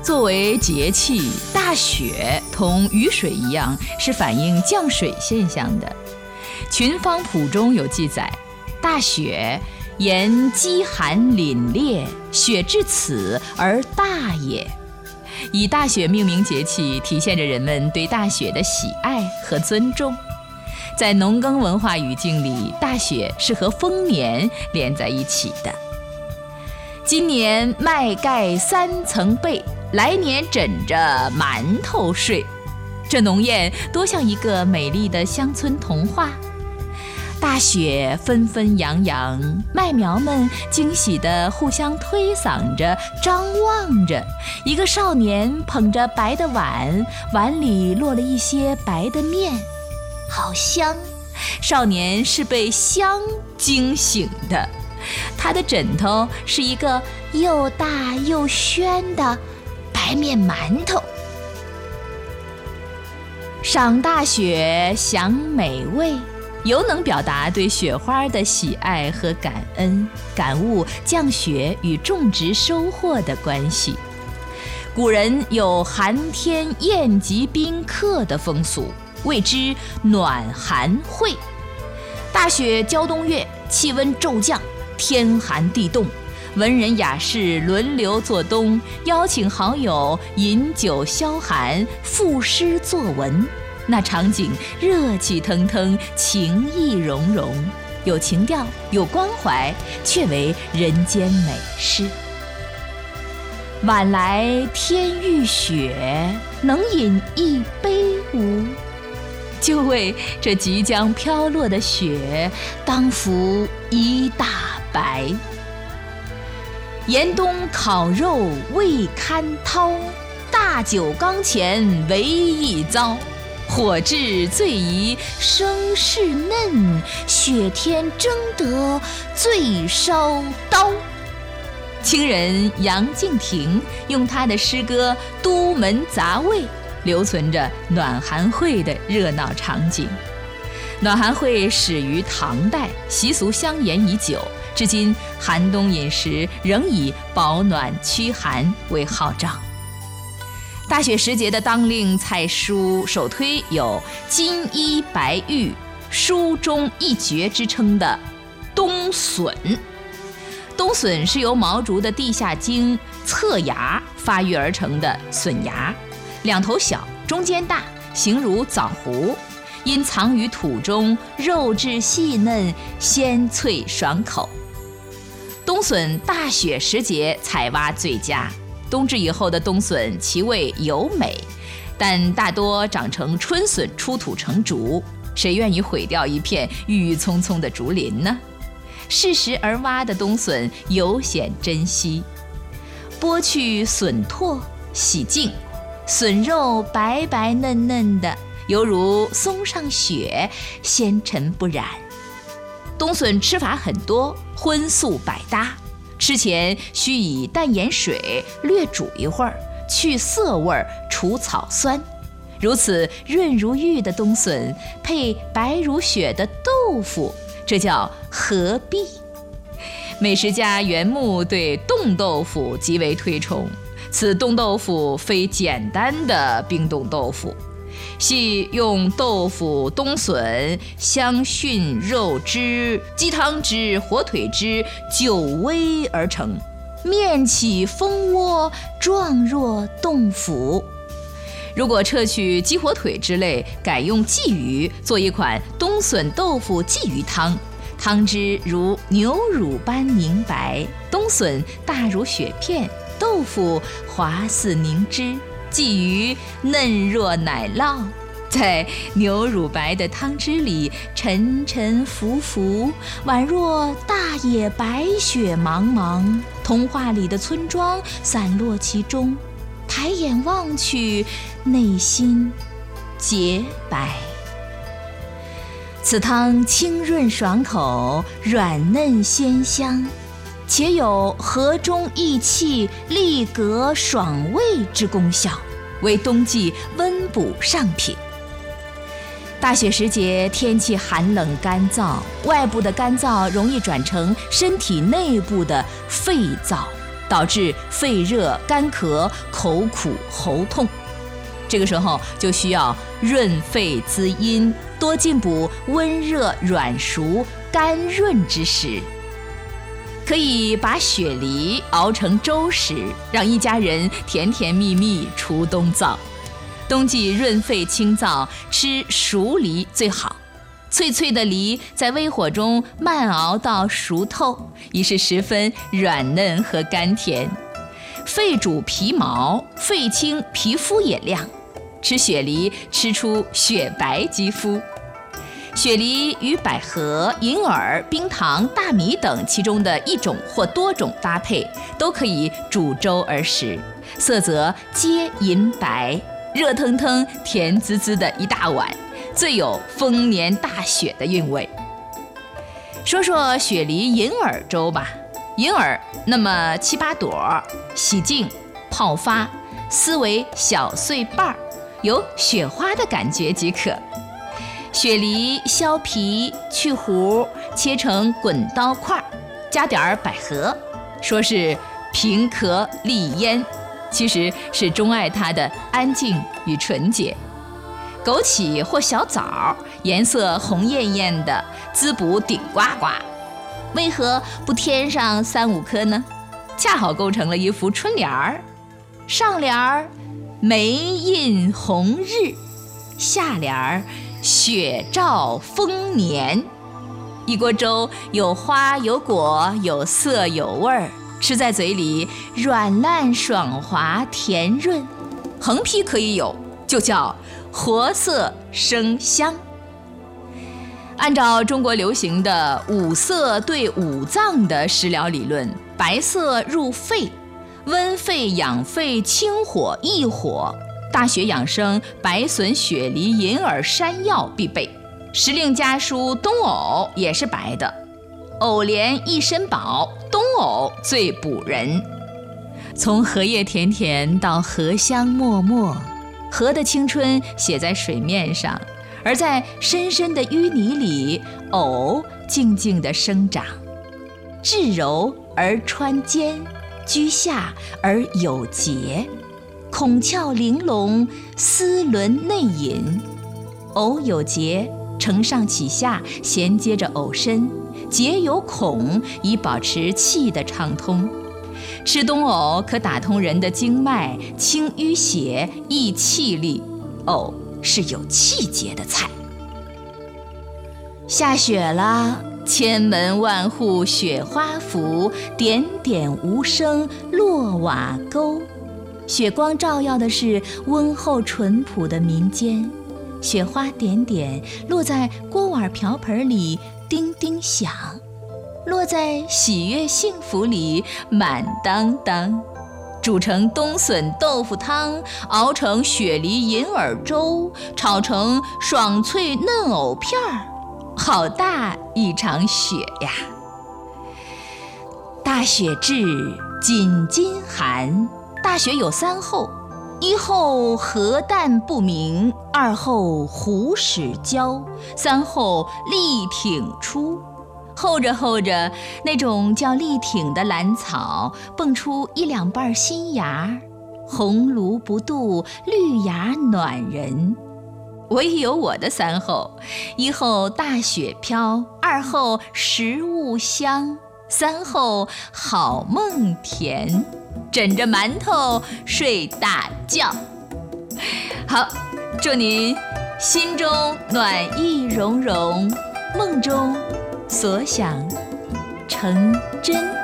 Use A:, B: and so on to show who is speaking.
A: 作为节气，大雪同雨水一样，是反映降水现象的。群芳谱中有记载，大雪言饥寒凛冽，雪至此而大也。以大雪命名节气，体现着人们对大雪的喜爱和尊重。在农耕文化语境里，大雪是和丰年连在一起的。今年麦盖3层被，来年枕着馒头睡。这农谚多像一个美丽的乡村童话。大雪纷纷扬扬，麦苗们惊喜地互相推搡着，张望着。一个少年捧着白的碗，碗里落了一些白的面，好香。少年是被香惊醒的，他的枕头是一个又大又暄的白面馒头。赏大雪，享美味，尤能表达对雪花的喜爱和感恩，感悟降雪与种植收获的关系。古人有寒天宴集宾客的风俗，谓之暖寒会。大雪交冬月，气温骤降，天寒地冻，文人雅士轮流做冬，邀请好友饮酒消寒，赋诗作文。那场景热气腾腾，情意融融，有情调，有关怀，却为人间美事。晚来天欲雪，能饮一杯无？就为这即将飘落的雪，当服一大白。严冬烤肉未堪掏，大酒缸前唯一遭。火炙最宜生事嫩，雪天争得最烧刀。清人杨敬亭用他的诗歌《都门杂味》留存着暖寒会的热闹场景。暖寒会始于唐代，习俗相沿已久，至今寒冬饮食仍以保暖驱寒为号召。大雪时节的当令菜蔬首推有金衣白玉、书中一绝之称的冬笋。冬笋是由毛竹的地下茎侧芽发育而成的笋芽，两头小，中间大，形如枣核，因藏于土中，肉质细嫩，鲜脆爽口。冬笋大雪时节采挖最佳，冬至以后的冬笋其味尤美，但大多长成春笋出土成竹，谁愿意毁掉一片郁郁葱葱的竹林呢？适时而挖的冬笋尤显珍惜。剥去笋拓，洗净，笋肉白白嫩嫩的，犹如松上雪，纤尘不染。冬笋吃法很多，荤素百搭。吃前需以淡盐水略煮一会儿，去涩味，除草酸。如此润如玉的冬笋，配白如雪的豆腐，这叫合璧。美食家袁牧对冻豆腐极为推崇，此冻豆腐非简单的冰冻豆腐，系用豆腐、冬笋、香熏肉汁、鸡汤汁、火腿汁、酒煨而成，面起蜂窝，状若冻腐。如果撤去鸡火腿之类，改用鲫鱼，做一款冬笋豆腐鲫鱼汤，汤汁如牛乳般凝白，冬笋大如雪片，豆腐滑似凝脂，鲫鱼嫩若奶酪，在牛乳白的汤汁里沉沉浮浮，宛若大野白雪茫茫，童话里的村庄散落其中，抬眼望去，内心洁白。此汤清润爽口，软嫩鲜香，且有和中益气、利格爽胃之功效，为冬季温补上品。大雪时节，天气寒冷干燥，外部的干燥容易转成身体内部的肺燥， 导致肺热、干咳、口苦、喉痛。这个时候就需要润肺滋阴，多进补温热软熟、甘润之食。可以把雪梨熬成粥食，让一家人甜甜蜜蜜除冬燥。冬季润肺清燥，吃熟梨最好。脆脆的梨在微火中慢熬到熟透，已是十分软嫩和甘甜。肺主皮毛，肺清皮肤也亮。吃雪梨吃出雪白肌肤。雪梨与百合、银耳、冰糖、大米等其中的一种或多种搭配，都可以煮粥而食，色泽皆银白，热腾腾、甜滋滋的一大碗，最有丰年大雪的韵味。说说雪梨银耳粥吧。银耳那么7、8朵，洗净泡发，撕为小碎瓣，有雪花的感觉即可。雪梨削皮去核，切成滚刀块，加点百合，说是平咳利咽，其实是钟爱它的安静与纯洁。枸杞或小枣，颜色红艳艳的，滋补顶呱呱。为何不添上3、5颗呢？恰好构成了一幅春联儿。上联儿梅印红日，下联儿雪照丰年。一锅粥有花有果，有色有味儿，吃在嘴里软烂爽滑甜润。横批可以有，就叫活色生香。按照中国流行的5色对5脏的食疗理论，白色入肺，温肺养肺，清火益火。大学养生白笋雪梨银耳山药必备。时令家书冬藕也是白的，藕莲一身宝，冬藕最补人。从荷叶田田到荷香脉脉，荷的青春写在水面上，而在深深的淤泥里，藕静静地生长，质柔而穿坚，居下而有节，孔窍玲珑，丝纶内隐。藕有节，承上启下，衔接着藕身，节有孔，以保持气的畅通。吃冬藕可打通人的经脉，清淤血，益气力。藕是有气节的菜。下雪了，千门万户雪花浮，点点无声落瓦沟。雪光照耀的是温厚淳朴的民间，雪花点点落在锅碗瓢盆里叮叮响，落在喜悦幸福里满当当。煮成冬笋豆腐汤，熬成雪梨银耳粥，炒成爽脆嫩藕片儿，好大一场雪呀！大雪至，锦金寒。大雪有3候：1候核弹不明，2候虎始交，3候力挺出。候着候着，那种叫力挺的兰草蹦出1、2瓣新芽，红炉不度，绿芽暖人。我也有我的3候：1候大雪飘，2候食物香，3候好梦甜，枕着馒头睡大觉。好，祝您心中暖意融融，梦中所想成真。